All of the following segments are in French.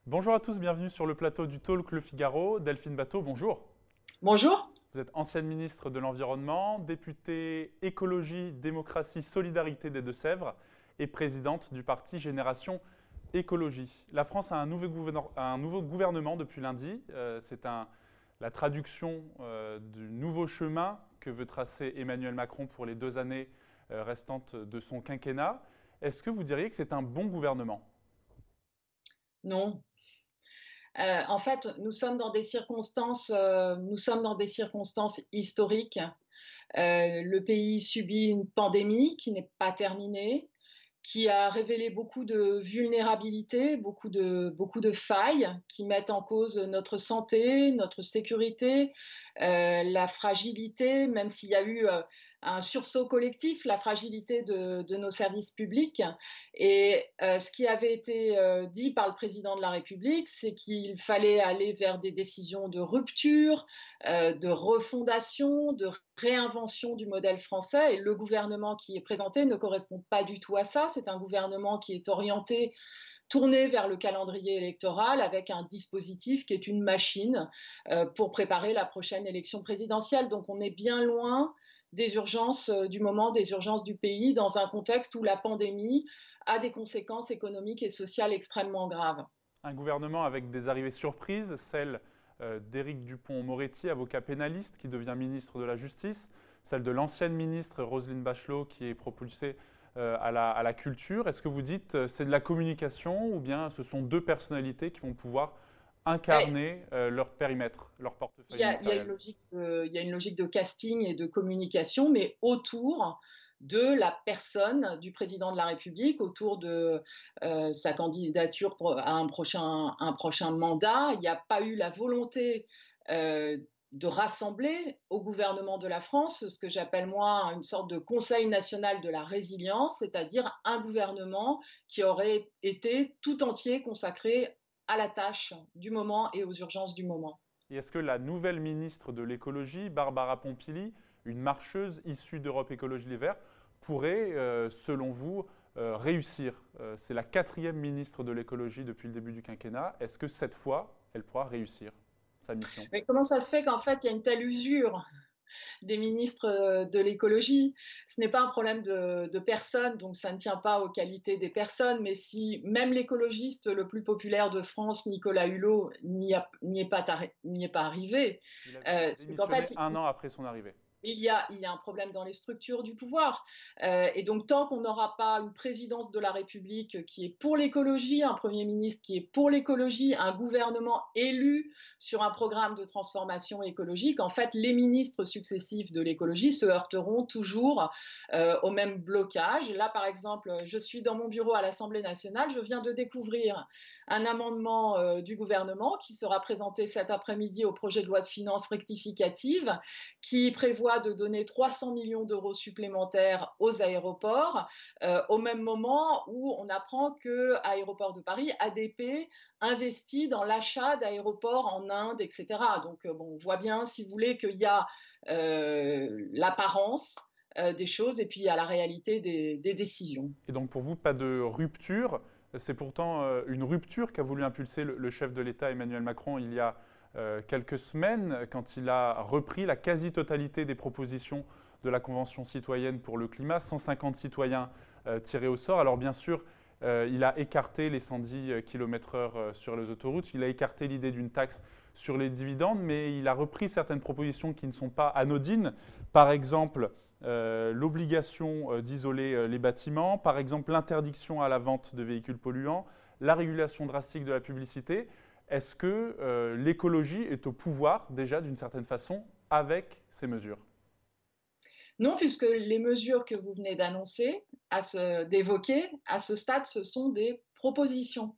Bonjour à tous, bienvenue sur le plateau du Talk Le Figaro. Delphine Bateau, bonjour. Bonjour. Vous êtes ancienne ministre de l'Environnement, députée écologie, démocratie, solidarité des Deux-Sèvres et présidente du parti Génération Écologie. La France a un nouveau gouvernement depuis lundi. La traduction du nouveau chemin que veut tracer Emmanuel Macron pour les 2 années restantes de son quinquennat. Est-ce que vous diriez que c'est un bon gouvernement? Non. En fait, nous sommes dans des circonstances historiques. Le pays subit une pandémie qui n'est pas terminée, qui a révélé beaucoup de vulnérabilités, beaucoup de failles qui mettent en cause notre santé, notre sécurité, la fragilité, même s'il y a eu un sursaut collectif, la fragilité de nos services publics. Et ce qui avait été dit par le président de la République, c'est qu'il fallait aller vers des décisions de rupture, de refondation, de réinvention du modèle français. Et le gouvernement qui est présenté ne correspond pas du tout à ça. C'est un gouvernement qui est orienté, tourné vers le calendrier électoral avec un dispositif qui est une machine pour préparer la prochaine élection présidentielle. Donc on est bien loin des urgences du moment, des urgences du pays, dans un contexte où la pandémie a des conséquences économiques et sociales extrêmement graves. Un gouvernement avec des arrivées surprises, celle d'Éric Dupond-Moretti, avocat pénaliste, qui devient ministre de la Justice, celle de l'ancienne ministre Roselyne Bachelot, qui est propulsée à la culture. Est-ce que vous dites c'est de la communication ou bien ce sont deux personnalités qui vont pouvoir Et incarner leur périmètre, leur portefeuille il y a ministériel? il y a une logique de casting et de communication, mais autour de la personne du président de la République, autour de sa candidature à un prochain mandat. Il n'y a pas eu la volonté de rassembler au gouvernement de la France ce que j'appelle moi une sorte de Conseil national de la résilience, c'est-à-dire un gouvernement qui aurait été tout entier consacré à la tâche du moment et aux urgences du moment. Et est-ce que la nouvelle ministre de l'écologie, Barbara Pompili, une marcheuse issue d'Europe Écologie Les Verts, pourrait, selon vous, réussir? C'est la quatrième ministre de l'écologie depuis le début du quinquennat. Est-ce que cette fois, elle pourra réussir sa mission? Mais comment ça se fait qu'en fait, il y a une telle usure des ministres de l'écologie? Ce n'est pas un problème de personnes, donc ça ne tient pas aux qualités des personnes, mais si même l'écologiste le plus populaire de France, Nicolas Hulot, n'y est pas arrivé, Il a c'est qu'en démissionné fait, un an après son arrivée. il y a un problème dans les structures du pouvoir. Et donc, tant qu'on n'aura pas une présidence de la République qui est pour l'écologie, un Premier ministre qui est pour l'écologie, un gouvernement élu sur un programme de transformation écologique, en fait, les ministres successifs de l'écologie se heurteront toujours au même blocage. Là, par exemple, je suis dans mon bureau à l'Assemblée nationale, je viens de découvrir un amendement du gouvernement qui sera présenté cet après-midi au projet de loi de finances rectificative qui prévoit de donner 300 millions d'euros supplémentaires aux aéroports, au même moment où on apprend que Aéroports de Paris, ADP, investit dans l'achat d'aéroports en Inde, etc. Donc, bon, on voit bien, si vous voulez, qu'il y a l'apparence des choses et puis il y a la réalité des décisions. Et donc pour vous, pas de rupture. C'est pourtant une rupture qu'a voulu impulser le chef de l'État Emmanuel Macron il y a quelques semaines, quand il a repris la quasi-totalité des propositions de la Convention citoyenne pour le climat, 150 citoyens tirés au sort. Alors bien sûr, il a écarté les 110 km/h sur les autoroutes, il a écarté l'idée d'une taxe sur les dividendes, mais il a repris certaines propositions qui ne sont pas anodines. Par exemple, l'obligation d'isoler les bâtiments, par exemple l'interdiction à la vente de véhicules polluants, la régulation drastique de la publicité. Est-ce que l'écologie est au pouvoir déjà d'une certaine façon avec ces mesures? Non, puisque les mesures que vous venez d'annoncer, d'évoquer, à ce stade, ce sont des propositions.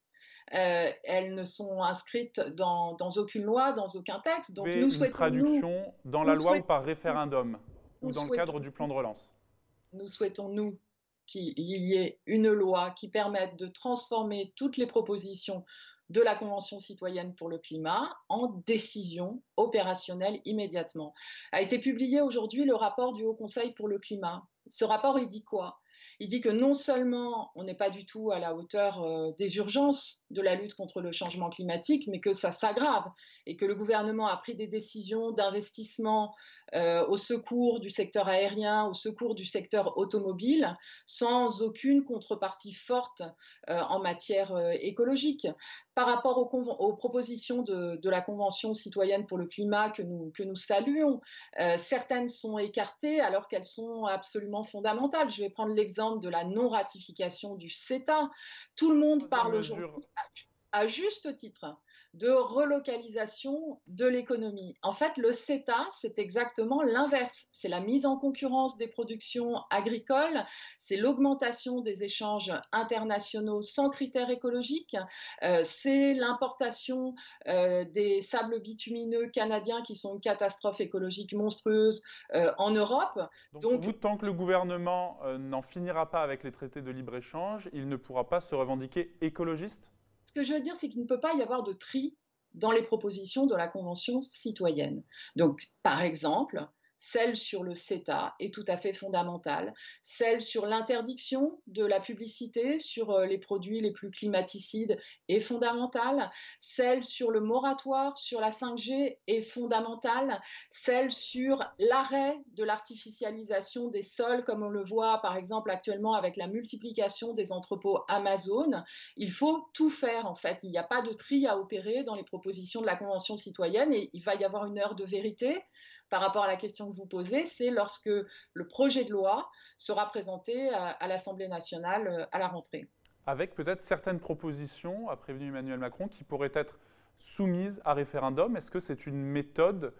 Elles ne sont inscrites dans aucune loi, dans aucun texte. Donc Une traduction dans la nous loi ou souhaitons, par référendum ou nous dans le cadre souhaitons, du plan de relance? nous souhaitons, nous, qu'il y ait une loi qui permette de transformer toutes les propositions de la Convention citoyenne pour le climat en décisions opérationnelles immédiatement. A été publié aujourd'hui le rapport du Haut Conseil pour le climat. Ce rapport, il dit quoi? Il dit que non seulement on n'est pas du tout à la hauteur des urgences de la lutte contre le changement climatique, mais que ça s'aggrave et que le gouvernement a pris des décisions d'investissement au secours du secteur aérien, au secours du secteur automobile, sans aucune contrepartie forte en matière écologique. Par rapport aux propositions de la Convention citoyenne pour le climat que nous saluons, certaines sont écartées alors qu'elles sont absolument fondamentales. Je vais prendre l'exemple de la non-ratification du CETA. Tout le monde Troisième parle aujourd'hui mesure. à juste titre, de relocalisation de l'économie. En fait, le CETA, c'est exactement l'inverse. C'est la mise en concurrence des productions agricoles, c'est l'augmentation des échanges internationaux sans critères écologiques, c'est l'importation des sables bitumineux canadiens qui sont une catastrophe écologique monstrueuse en Europe. Donc pour vous, Donc, tant que le gouvernement n'en finira pas avec les traités de libre-échange, il ne pourra pas se revendiquer écologiste? ce que je veux dire, c'est qu'il ne peut pas y avoir de tri dans les propositions de la Convention citoyenne. Donc, par exemple, celle sur le CETA est tout à fait fondamentale, celle sur l'interdiction de la publicité sur les produits les plus climaticides est fondamentale, celle sur le moratoire sur la 5G est fondamentale, celle sur l'arrêt de l'artificialisation des sols, comme on le voit par exemple actuellement avec la multiplication des entrepôts Amazon. Il faut tout faire en fait. Il n'y a pas de tri à opérer dans les propositions de la Convention citoyenne et il va y avoir une heure de vérité par rapport à la question que vous posez, c'est lorsque le projet de loi sera présenté à l'Assemblée nationale à la rentrée. Avec peut-être certaines propositions, a prévenu Emmanuel Macron, qui pourraient être soumises à référendum. Est-ce que c'est une méthode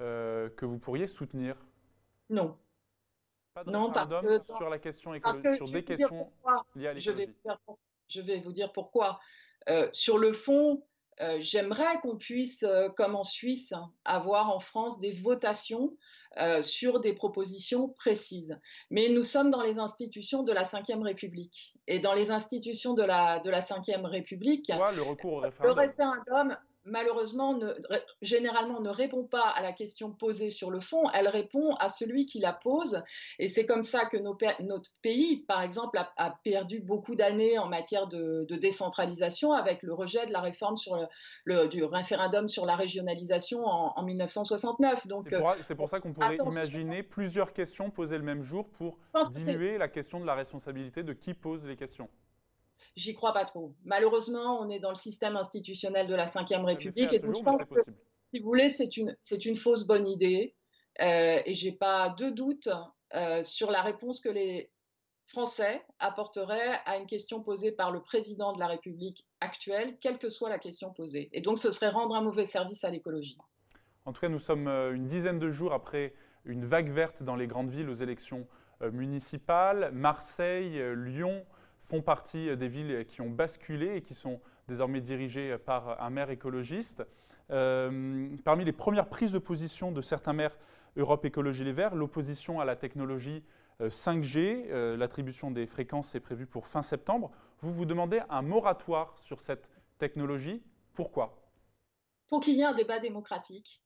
que vous pourriez soutenir? Non. Pas de Non, référendum sur la question sur je vais des vous dire questions pourquoi. liées à Je vais, l'écologie. je vais vous dire pourquoi. Sur le fond, j'aimerais qu'on puisse, comme en Suisse, avoir en France des votations sur des propositions précises. Mais nous sommes dans les institutions de la Ve République. Et dans les institutions de la Ve République, Soit le recours au le référendum. référendum, malheureusement, généralement ne répond pas à la question posée sur le fond, elle répond à celui qui la pose. Et c'est comme ça que notre pays, par exemple, a perdu beaucoup d'années en matière de décentralisation avec le rejet de la réforme du référendum sur la régionalisation en 1969. Donc, C'est pour ça qu'on pourrait attention, imaginer plusieurs questions posées le même jour pour je pense que diluer la question de la responsabilité de qui pose les questions. j'y crois pas trop. Malheureusement, on est dans le système institutionnel de la Ve Jamais fait République. à Et ce donc, je jour, mais pense c'est que possible. si vous voulez, c'est une fausse bonne idée. Et j'ai pas de doute sur la réponse que les Français apporteraient à une question posée par le président de la République actuelle, quelle que soit la question posée. Et donc, ce serait rendre un mauvais service à l'écologie. En tout cas, nous sommes une dizaine de jours après une vague verte dans les grandes villes aux élections municipales. Marseille, Lyon font partie des villes qui ont basculé et qui sont désormais dirigées par un maire écologiste. Parmi les premières prises de position de certains maires Europe Écologie Les Verts, l'opposition à la technologie 5G, l'attribution des fréquences est prévue pour fin septembre. Vous vous demandez un moratoire sur cette technologie. Pourquoi? Pour qu'il y ait un débat démocratique,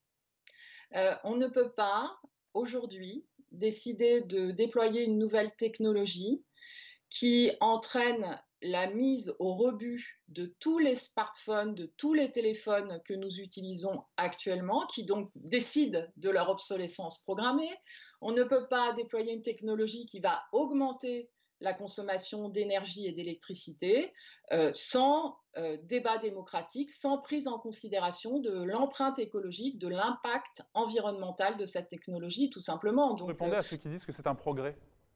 on ne peut pas aujourd'hui décider de déployer une nouvelle technologie qui entraîne la mise au rebut de tous les smartphones, de tous les téléphones que nous utilisons actuellement, qui donc décident de leur obsolescence programmée. On ne peut pas déployer une technologie qui va augmenter la consommation d'énergie et d'électricité sans débat démocratique, sans prise en considération de l'empreinte écologique, de l'impact environnemental de cette technologie, tout simplement. Vous Donc, répondez à ceux qui disent que c'est un progrès.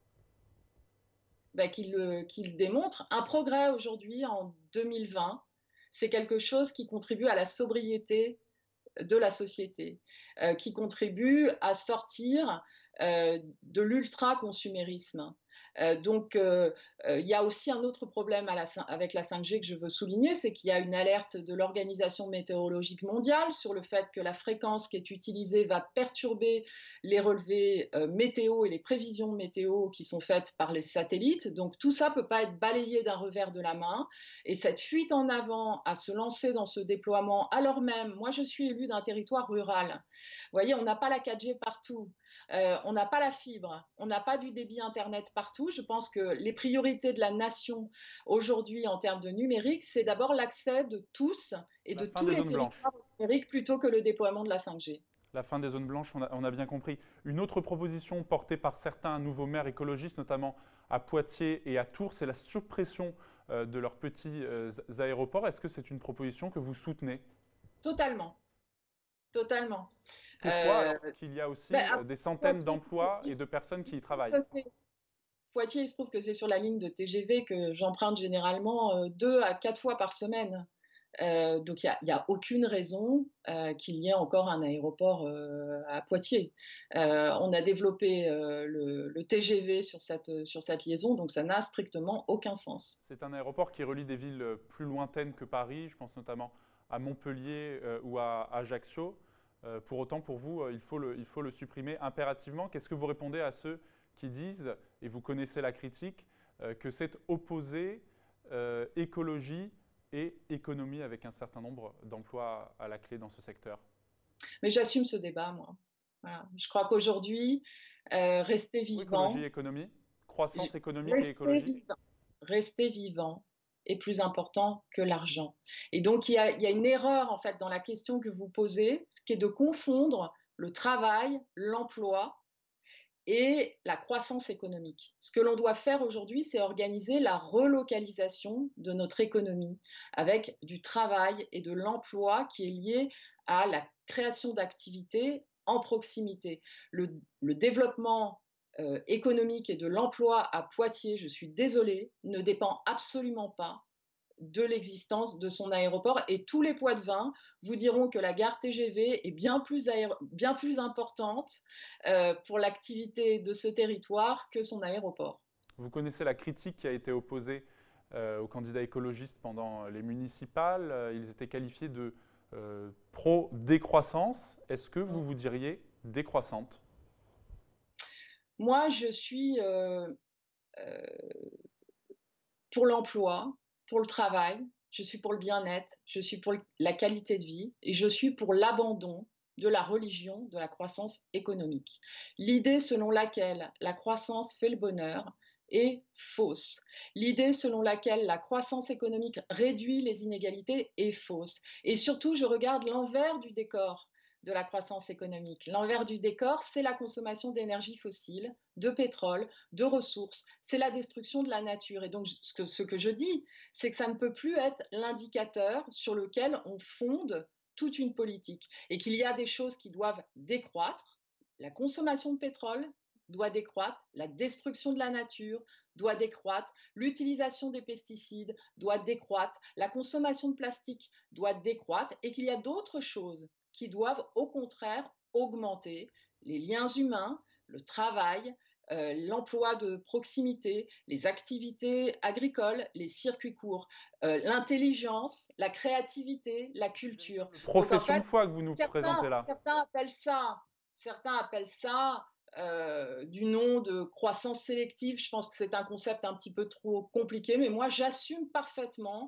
qu'il démontre. Un progrès aujourd'hui en 2020, c'est quelque chose qui contribue à la sobriété de la société, qui contribue à sortir de l'ultra-consumérisme. Il y a aussi un autre problème avec la 5G que je veux souligner, c'est qu'il y a une alerte de l'Organisation météorologique mondiale sur le fait que la fréquence qui est utilisée va perturber les relevés météo et les prévisions météo qui sont faites par les satellites. Donc tout ça ne peut pas être balayé d'un revers de la main. Et cette fuite en avant à se lancer dans ce déploiement, alors même, moi je suis élue d'un territoire rural. Vous voyez, on n'a pas la 4G partout. On n'a pas la fibre, on n'a pas du débit Internet partout. partout. Je pense que les priorités de la nation aujourd'hui en termes de numérique, c'est d'abord l'accès de tous et La de fin tous des les zones blanches. territoires au numérique plutôt que le déploiement de la 5G. La fin des zones blanches, on a bien compris. Une autre proposition portée par certains nouveaux maires écologistes, notamment à Poitiers et à Tours, c'est la suppression de leurs petits aéroports. Est-ce que c'est une proposition que vous soutenez? Totalement, totalement. Pourquoi Euh, alors qu'il y a aussi ben, à des centaines Poitiers, d'emplois et de personnes qui il y se trouve travaillent? que Poitiers, il se trouve que c'est sur la ligne de TGV que j'emprunte généralement 2 à 4 fois par semaine. Donc il y a aucune raison qu'il y ait encore un aéroport à Poitiers. On a développé le TGV sur cette liaison, donc ça n'a strictement aucun sens. C'est un aéroport qui relie des villes plus lointaines que Paris, je pense notamment à Montpellier ou à Ajaccio. Pour autant, pour vous, il faut le supprimer impérativement. Qu'est-ce que vous répondez à ceux qui disent, et vous connaissez la critique, que c'est opposé écologie et économie avec un certain nombre d'emplois à la clé dans ce secteur? Mais j'assume ce débat, moi. Voilà. Je crois qu'aujourd'hui, rester Écologie, vivant, économie, croissance économique et rester écologie. vivant, rester vivant est plus important que l'argent. Et donc, il y a une erreur, en fait, dans la question que vous posez, ce qui est de confondre le travail, l'emploi et la croissance économique. Ce que l'on doit faire aujourd'hui, c'est organiser la relocalisation de notre économie avec du travail et de l'emploi qui est lié à la création d'activités en proximité. Le développement économique et de l'emploi à Poitiers, je suis désolée, ne dépend absolument pas de l'existence de son aéroport. Et tous les Poitevins vous diront que la gare TGV est bien plus importante pour l'activité de ce territoire que son aéroport. Vous connaissez la critique qui a été opposée aux candidats écologistes pendant les municipales. Ils étaient qualifiés de pro-décroissance. Est-ce que vous vous diriez décroissante? Moi, je suis euh, pour l'emploi, pour le travail, je suis pour le bien-être, je suis pour la qualité de vie et je suis pour l'abandon de la religion de la croissance économique. L'idée selon laquelle la croissance fait le bonheur est fausse. L'idée selon laquelle la croissance économique réduit les inégalités est fausse. Et surtout, je regarde l'envers du décor de la croissance économique. L'envers du décor, c'est la consommation d'énergie fossile, de pétrole, de ressources, c'est la destruction de la nature. Et donc, ce que je dis, c'est que ça ne peut plus être l'indicateur sur lequel on fonde toute une politique et qu'il y a des choses qui doivent décroître. La consommation de pétrole doit décroître, la destruction de la nature doit décroître, l'utilisation des pesticides doit décroître, la consommation de plastique doit décroître et qu'il y a d'autres choses qui doivent au contraire augmenter: les liens humains, le travail, l'emploi de proximité, les activités agricoles, les circuits courts, l'intelligence, la créativité, la culture. Donc en Profession de fait, foi que vous nous présentez là. certains appellent ça du nom de croissance sélective. Je pense que c'est un concept un petit peu trop compliqué, mais moi j'assume parfaitement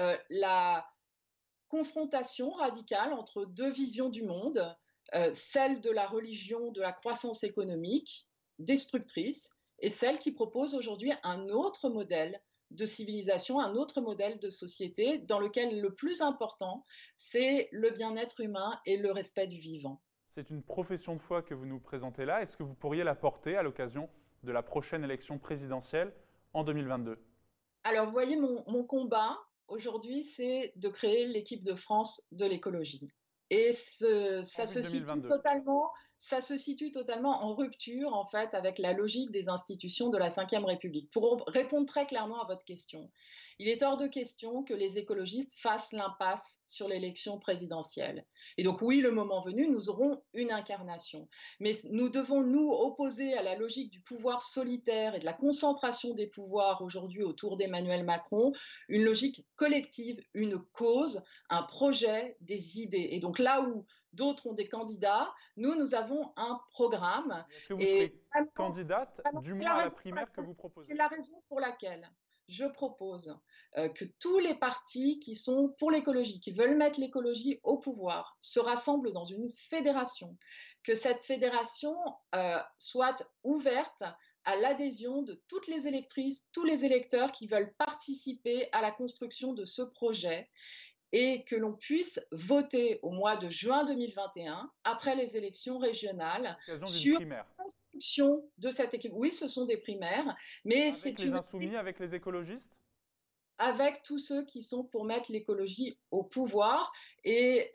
la confrontation radicale entre deux visions du monde, celle de la religion de la croissance économique, destructrice, et celle qui propose aujourd'hui un autre modèle de civilisation, un autre modèle de société dans lequel le plus important, c'est le bien-être humain et le respect du vivant. C'est une profession de foi que vous nous présentez là. Est-ce que vous pourriez la porter à l'occasion de la prochaine élection présidentielle en 2022? Alors, vous voyez, mon combat aujourd'hui, c'est de créer l'équipe de France de l'écologie. Et En vue de 2022. ça se situe totalement en rupture, en fait, avec la logique des institutions de la Ve République. Pour répondre très clairement à votre question, il est hors de question que les écologistes fassent l'impasse sur l'élection présidentielle. Et donc, oui, le moment venu, nous aurons une incarnation. Mais nous devons nous opposer à la logique du pouvoir solitaire et de la concentration des pouvoirs aujourd'hui autour d'Emmanuel Macron, une logique collective, une cause, un projet, des idées. Et donc là où d'autres ont des candidats, nous avons un programme. Est-ce que vous Et serez candidate, du moins à la primaire que vous c'est proposez? la raison pour laquelle je propose que tous les partis qui sont pour l'écologie, qui veulent mettre l'écologie au pouvoir, se rassemblent dans une fédération, que cette fédération soit ouverte à l'adhésion de toutes les électrices, tous les électeurs qui veulent participer à la construction de ce projet et que l'on puisse voter au mois de juin 2021, après les élections régionales, L'occasion d'une sur primaire. la construction de cette équipe. Oui, ce sont des primaires, mais Avec c'est les une insoumis, avec les écologistes? avec tous ceux qui sont pour mettre l'écologie au pouvoir. Et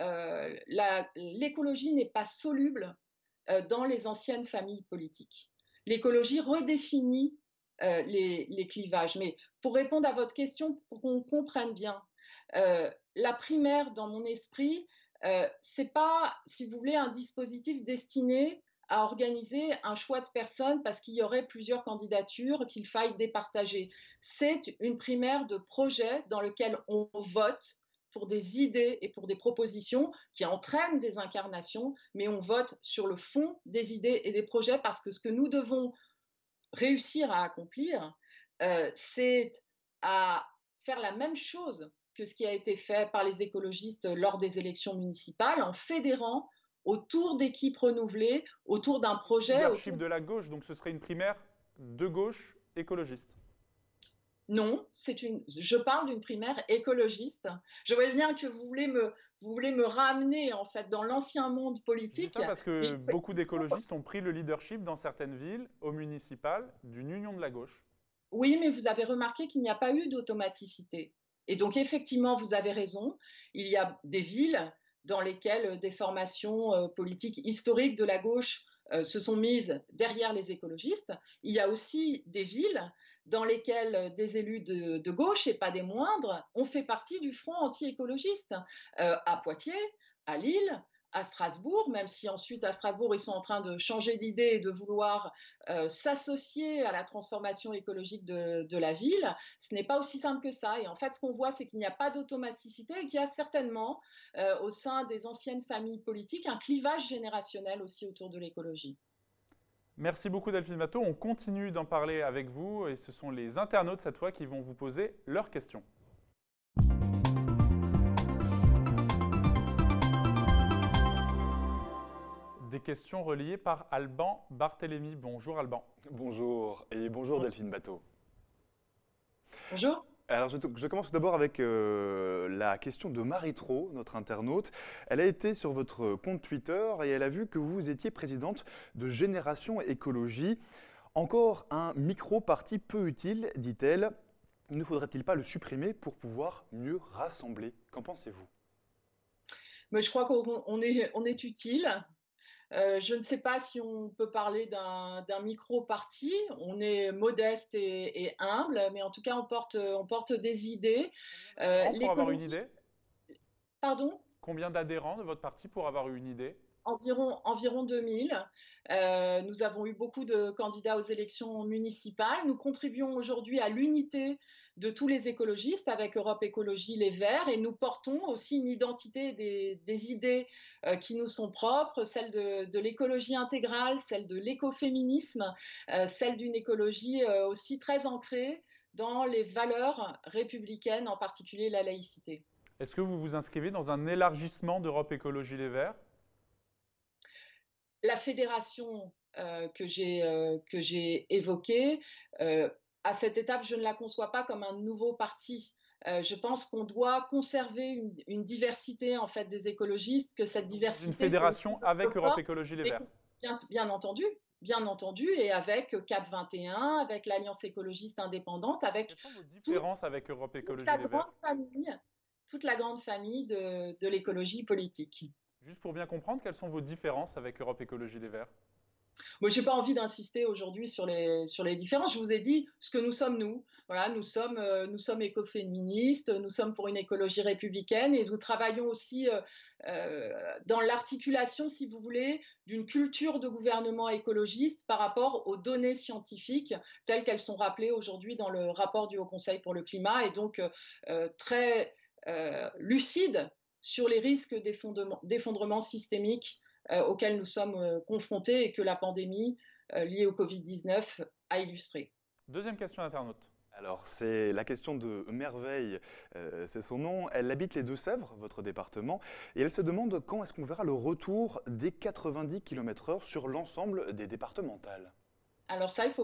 l'écologie n'est pas soluble dans les anciennes familles politiques. L'écologie redéfinit les clivages. Mais pour répondre à votre question, pour qu'on comprenne bien, la primaire, dans mon esprit, c'est pas, si vous voulez, un dispositif destiné à organiser un choix de personnes parce qu'il y aurait plusieurs candidatures qu'il faille départager. C'est une primaire de projet dans lequel on vote pour des idées et pour des propositions qui entraînent des incarnations, mais on vote sur le fond des idées et des projets parce que ce que nous devons réussir à accomplir, c'est à faire la même chose que ce qui a été fait par les écologistes lors des élections municipales, en fédérant autour d'équipes renouvelées, autour d'un projet. Leadership de la gauche, donc ce serait une primaire de gauche écologiste. Non, je parle d'une primaire écologiste. Je vois bien que vous voulez me ramener en fait dans l'ancien monde Je dis politique. ça parce que beaucoup d'écologistes ont pris le leadership dans certaines villes, au municipal, d'une union de la gauche. Oui, mais vous avez remarqué qu'il n'y a pas eu d'automaticité. Et donc, effectivement, vous avez raison. Il y a des villes dans lesquelles des formations politiques historiques de la gauche se sont mises derrière les écologistes. Il y a aussi des villes dans lesquelles des élus de gauche, et pas des moindres, ont fait partie du front anti-écologiste. À Poitiers, à Lille, à Strasbourg, même si ensuite à Strasbourg, ils sont en train de changer d'idée et de vouloir s'associer à la transformation écologique de la ville. Ce n'est pas aussi simple que ça. Et en fait, ce qu'on voit, c'est qu'il n'y a pas d'automaticité et qu'il y a certainement, au sein des anciennes familles politiques, un clivage générationnel aussi autour de l'écologie. Merci beaucoup Delphine Matteau. On continue d'en parler avec vous et ce sont les internautes cette fois qui vont vous poser leurs questions. Des questions reliées par Alban Barthélémy. Bonjour Alban. Bonjour, et bonjour Delphine Batteau. Bonjour. Alors je commence tout d'abord avec la question de Marie Tro, notre internaute. Elle a été sur votre compte Twitter et elle a vu que vous étiez présidente de Génération Écologie. Encore un micro-parti peu utile, dit-elle. Ne faudrait-il pas le supprimer pour pouvoir mieux rassembler? Qu'en pensez-vous? Mais je crois qu'on est utile. Je ne sais pas si on peut parler d'un micro-parti. On est modeste et humble, mais en tout cas, on porte des idées. Pour avoir une idée? Pardon? Combien d'adhérents de votre parti pour avoir une idée? Environ 2000. Nous avons eu beaucoup de candidats aux élections municipales. Nous contribuons aujourd'hui à l'unité de tous les écologistes avec Europe Écologie Les Verts et nous portons aussi une identité des idées qui nous sont propres, celle de l'écologie intégrale, celle de l'écoféminisme, celle d'une écologie aussi très ancrée dans les valeurs républicaines, en particulier la laïcité. Est-ce que vous vous inscrivez dans un élargissement d'Europe Écologie Les Verts? La fédération que j'ai évoquée, à cette étape, je ne la conçois pas comme un nouveau parti. Je pense qu'on doit conserver une diversité en fait des écologistes, que cette diversité. Une fédération avec Europe Écologie Les Verts. Bien entendu, et avec CAP 21, avec l'Alliance écologiste indépendante, avec. Quelles sont vos différences avec Europe Écologie Les Verts? Toute la grande famille de l'écologie politique. Juste pour bien comprendre, quelles sont vos différences avec Europe Écologie Les Verts? Moi, je n'ai pas envie d'insister aujourd'hui sur les différences. Je vous ai dit ce que nous sommes, nous. Voilà, nous sommes écoféministes, nous sommes pour une écologie républicaine et nous travaillons aussi dans l'articulation, si vous voulez, d'une culture de gouvernement écologiste par rapport aux données scientifiques telles qu'elles sont rappelées aujourd'hui dans le rapport du Haut Conseil pour le climat et donc très lucide sur les risques d'effondrement systémique auxquels nous sommes confrontés et que la pandémie liée au Covid-19 a illustré. Deuxième question internaute. Alors, c'est la question de Merveille, c'est son nom. Elle habite les Deux-Sèvres, votre département, et elle se demande quand est-ce qu'on verra le retour des 90 km/h sur l'ensemble des départementales. Alors ça, il faut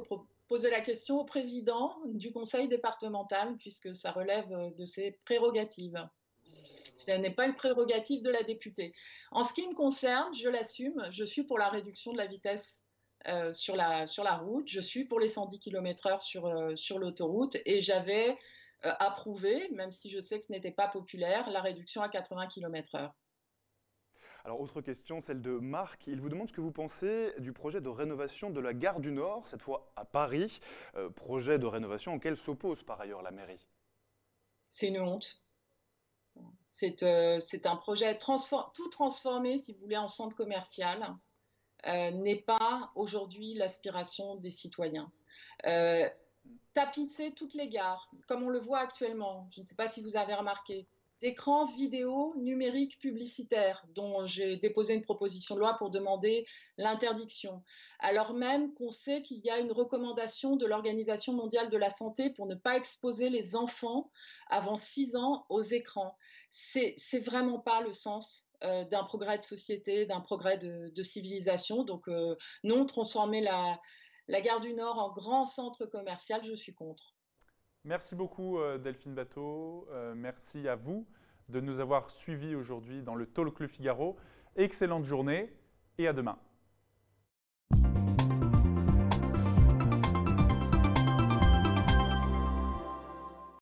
poser la question au président du conseil départemental, puisque ça relève de ses prérogatives. Ce n'est pas une prérogative de la députée. En ce qui me concerne, je l'assume, je suis pour la réduction de la vitesse sur la route, je suis pour les 110 km/h sur l'autoroute et j'avais approuvé, même si je sais que ce n'était pas populaire, la réduction à 80 km/h. Alors, autre question, celle de Marc. Il vous demande ce que vous pensez du projet de rénovation de la gare du Nord, cette fois à Paris, projet de rénovation auquel s'oppose par ailleurs la mairie. C'est une honte. C'est un projet tout transformé, si vous voulez, en centre commercial. N'est pas aujourd'hui l'aspiration des citoyens. Tapisser toutes les gares, comme on le voit actuellement, je ne sais pas si vous avez remarqué, d'écrans vidéo numériques publicitaires dont j'ai déposé une proposition de loi pour demander l'interdiction, alors même qu'on sait qu'il y a une recommandation de l'Organisation mondiale de la santé pour ne pas exposer les enfants avant 6 ans aux écrans. C'est vraiment pas le sens d'un progrès de société, d'un progrès de civilisation. Donc non, transformer la gare du Nord en grand centre commercial, je suis contre. Merci beaucoup Delphine Batho, merci à vous de nous avoir suivis aujourd'hui dans le Talk Le Figaro. Excellente journée et à demain.